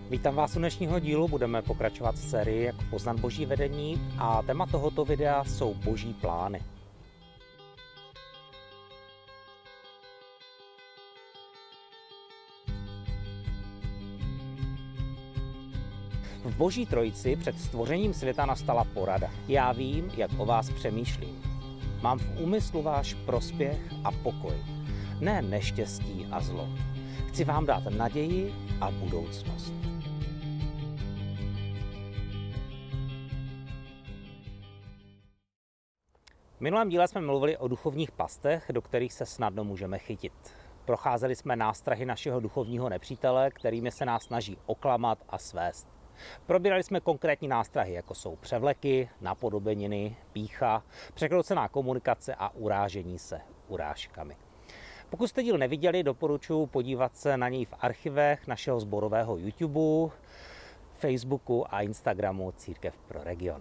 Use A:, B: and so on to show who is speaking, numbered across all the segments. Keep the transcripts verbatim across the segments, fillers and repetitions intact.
A: Vítám vás u dnešního dílu, budeme pokračovat v sérii Jak poznat boží vedení a téma tohoto videa jsou boží plány. V Boží trojici před stvořením světa nastala porada. Já vím, jak o vás přemýšlím. Mám v úmyslu váš prospěch a pokoj, ne neštěstí a zlo. Chci vám dát naději a budoucnost. V minulém díle jsme mluvili o duchovních pastech, do kterých se snadno můžeme chytit. Procházeli jsme nástrahy našeho duchovního nepřítele, kterými se nás snaží oklamat a svést. Probírali jsme konkrétní nástrahy, jako jsou převleky, napodobeniny, pýcha, překroucená komunikace a urážení se urážkami. Pokud jste díl neviděli, doporučuji podívat se na něj v archivech našeho sborového YouTube, Facebooku a Instagramu Církev pro region.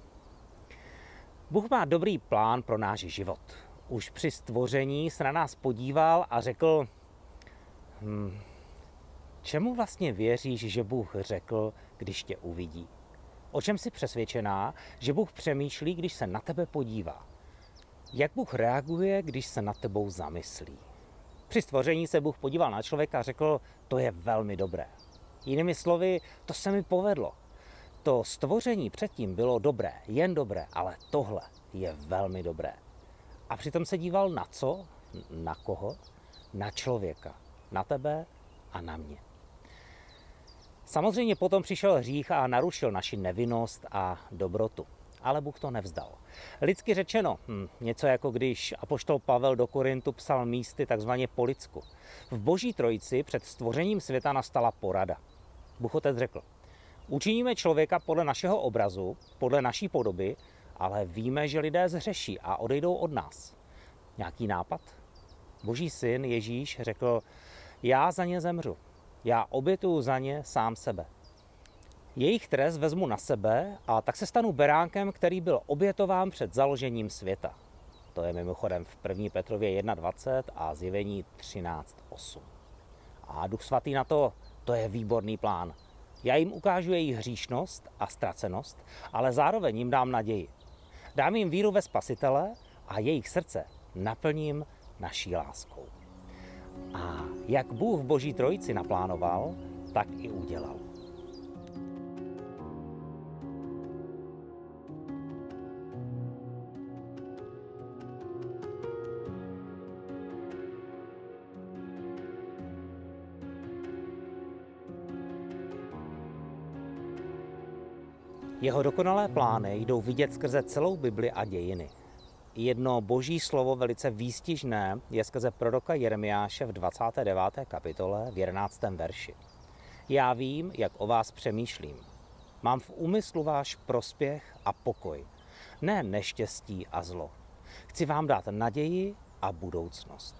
A: Bůh má dobrý plán pro náš život. Už při stvoření se na nás podíval a řekl, hm, čemu vlastně věříš, že Bůh řekl, když tě uvidí? O čem jsi přesvědčená, že Bůh přemýšlí, když se na tebe podívá? Jak Bůh reaguje, když se nad tebou zamyslí? Při stvoření se Bůh podíval na člověka a řekl, to je velmi dobré. Jinými slovy, to se mi povedlo. To stvoření předtím bylo dobré, jen dobré, ale tohle je velmi dobré. A přitom se díval na co? Na koho? Na člověka. Na tebe a na mě. Samozřejmě potom přišel hřích a narušil naši nevinnost a dobrotu. Ale Bůh to nevzdal. Lidsky řečeno, hm, něco jako když apoštol Pavel do Korintu psal místy takzvaně po lidsku. V Boží trojici před stvořením světa nastala porada. Bůh Otec řekl, učiníme člověka podle našeho obrazu, podle naší podoby, ale víme, že lidé zhřeší a odejdou od nás. Nějaký nápad? Boží syn Ježíš řekl, já za ně zemřu. Já obětuju za ně sám sebe. Jejich trest vezmu na sebe a tak se stanu beránkem, který byl obětován před založením světa. To je mimochodem v první Petrově jedna dvacet a Zjevení třináct osm. A Duch Svatý na to, to je výborný plán. Já jim ukážu jejich hříšnost a ztracenost, ale zároveň jim dám naději. Dám jim víru ve Spasitele a jejich srdce naplním naší láskou. A jak Bůh v Boží trojici naplánoval, tak i udělal. Jeho dokonalé plány jdou vidět skrze celou Bibli a dějiny. Jedno boží slovo velice výstižné je skrze proroka Jeremiáše v dvacáté deváté kapitole v jedenáctém verši. Já vím, jak o vás přemýšlím. Mám v úmyslu váš prospěch a pokoj, ne neštěstí a zlo. Chci vám dát naději a budoucnost.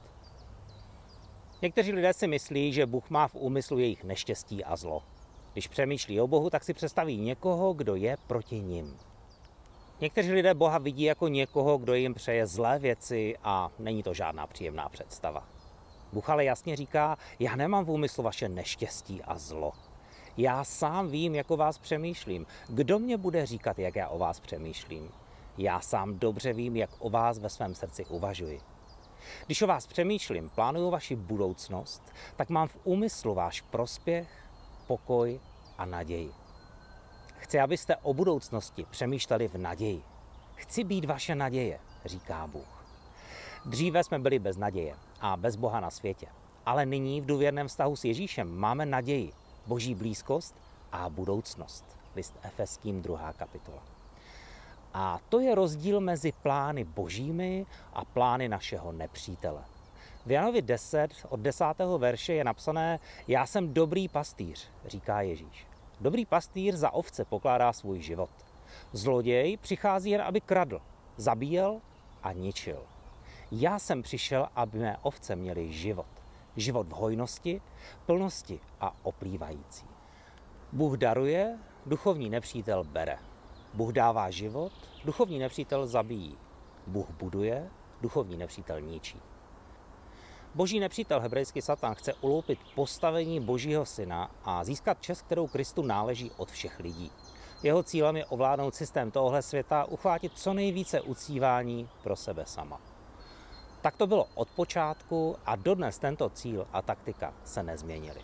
A: Někteří lidé si myslí, že Bůh má v úmyslu jejich neštěstí a zlo. Když přemýšlí o Bohu, tak si představí někoho, kdo je proti nim. Někteří lidé Boha vidí jako někoho, kdo jim přeje zlé věci a není to žádná příjemná představa. Bůh ale jasně říká, já nemám v úmyslu vaše neštěstí a zlo. Já sám vím, jak o vás přemýšlím. Kdo mě bude říkat, jak já o vás přemýšlím? Já sám dobře vím, jak o vás ve svém srdci uvažuji. Když o vás přemýšlím, plánuju vaši budoucnost, tak mám v úmyslu váš prospěch, pokoj a naději. Chci, abyste o budoucnosti přemýšleli v naději. Chci být vaše naděje, říká Bůh. Dříve jsme byli bez naděje a bez Boha na světě. Ale nyní v důvěrném vztahu s Ježíšem máme naději, boží blízkost a budoucnost. List Efeským druhá kapitola. A to je rozdíl mezi plány božími a plány našeho nepřítele. V Janovi deset od desátého verše je napsané, já jsem dobrý pastýř, říká Ježíš. Dobrý pastýř za ovce pokládá svůj život. Zloděj přichází jen, aby kradl, zabíjel a ničil. Já jsem přišel, aby mé ovce měly život. Život v hojnosti, plnosti a oplývající. Bůh daruje, duchovní nepřítel bere. Bůh dává život, duchovní nepřítel zabíjí. Bůh buduje, duchovní nepřítel ničí. Boží nepřítel, hebrejský Satan, chce uloupit postavení Božího syna a získat čest, kterou Kristu náleží od všech lidí. Jeho cílem je ovládnout systém tohohle světa, uchvátit co nejvíce uctívání pro sebe sama. Tak to bylo od počátku a dodnes tento cíl a taktika se nezměnily.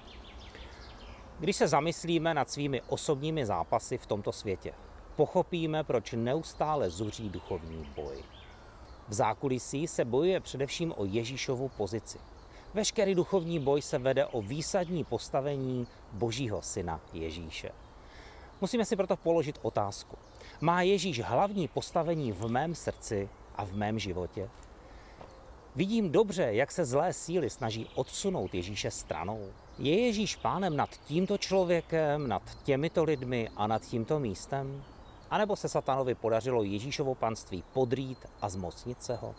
A: Když se zamyslíme nad svými osobními zápasy v tomto světě, pochopíme, proč neustále zuří duchovní boj. V zákulisí se bojuje především o Ježíšovu pozici. Veškerý duchovní boj se vede o výsadní postavení Božího syna Ježíše. Musíme si proto položit otázku. Má Ježíš hlavní postavení v mém srdci a v mém životě? Vidím dobře, jak se zlé síly snaží odsunout Ježíše stranou. Je Ježíš pánem nad tímto člověkem, nad těmito lidmi a nad tímto místem? A nebo se Satanovi podařilo Ježíšovo panství podrýt a zmocnit se ho?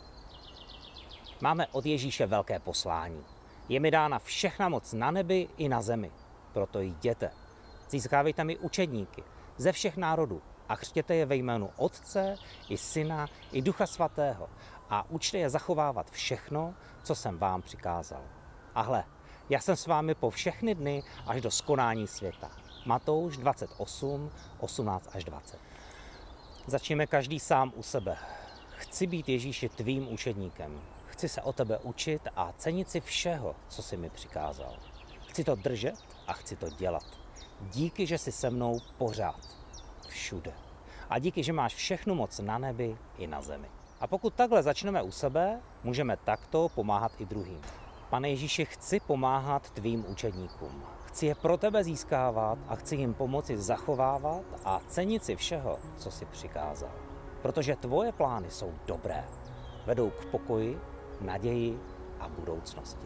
A: Máme od Ježíše velké poslání. Je mi dána všechna moc na nebi i na zemi. Proto jděte. Získávejte mi učedníky ze všech národů a křtěte je ve jménu Otce i Syna i Ducha Svatého a učte je zachovávat všechno, co jsem vám přikázal. A hle, já jsem s vámi po všechny dny až do skonání světa. Matouš dvacet osm, osmnáct až dvacet. Začněme každý sám u sebe. Chci být Ježíši tvým učedníkem. Chci se o tebe učit a cenit si všeho, co jsi mi přikázal. Chci to držet a chci to dělat. Díky, že jsi se mnou pořád. Všude. A díky, že máš všechnu moc na nebi i na zemi. A pokud takhle začneme u sebe, můžeme takto pomáhat i druhým. Pane Ježíši, chci pomáhat tvým učedníkům. Chci je pro tebe získávat a chci jim pomoci zachovávat a cenit si všeho, co jsi přikázal. Protože tvoje plány jsou dobré. Vedou k pokoji, naději a budoucnosti.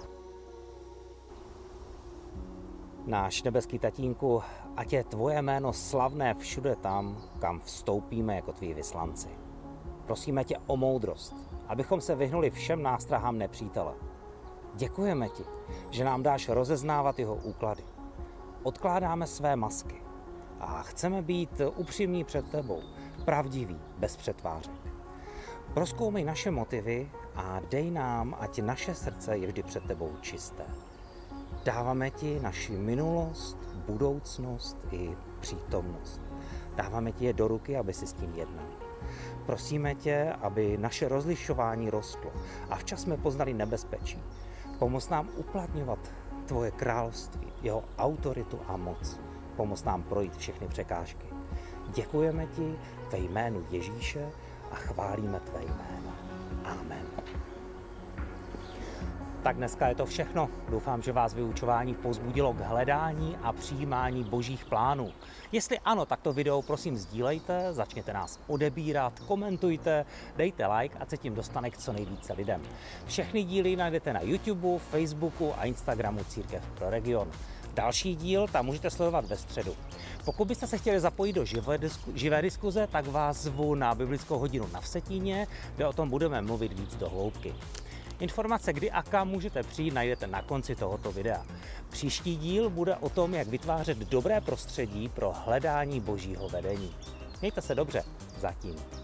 A: Náš nebeský tatínku, ať je tvoje jméno slavné všude tam, kam vstoupíme jako tví vyslanci. Prosíme tě o moudrost, abychom se vyhnuli všem nástrahám nepřítele. Děkujeme ti, že nám dáš rozeznávat jeho úklady. Odkládáme své masky a chceme být upřímní před tebou, pravdiví, bez přetvářek. Prozkoumej naše motivy a dej nám, ať naše srdce je vždy před tebou čisté. Dáváme ti naši minulost, budoucnost i přítomnost. Dáváme ti je do ruky, aby si s tím jednal. Prosíme tě, aby naše rozlišování rostlo a včas jsme poznali nebezpečí. Pomoz nám uplatňovat tvoje království, jeho autoritu a moc. Pomoz nám projít všechny překážky. Děkujeme ti ve jménu Ježíše a chválíme tvé jméno. Amen. Tak dneska je to všechno. Doufám, že vás vyučování povzbudilo k hledání a přijímání božích plánů. Jestli ano, tak to video prosím sdílejte, začněte nás odebírat, komentujte, dejte like a se tím dostane k co nejvíce lidem. Všechny díly najdete na YouTube, Facebooku a Instagramu Církev pro region. Další díl tam můžete sledovat ve středu. Pokud byste se chtěli zapojit do živé, disku, živé diskuze, tak vás zvu na biblickou hodinu na Vsetíně, kde o tom budeme mluvit víc do hloubky. Informace, kdy a kam můžete přijít, najdete na konci tohoto videa. Příští díl bude o tom, jak vytvářet dobré prostředí pro hledání božího vedení. Mějte se dobře, zatím.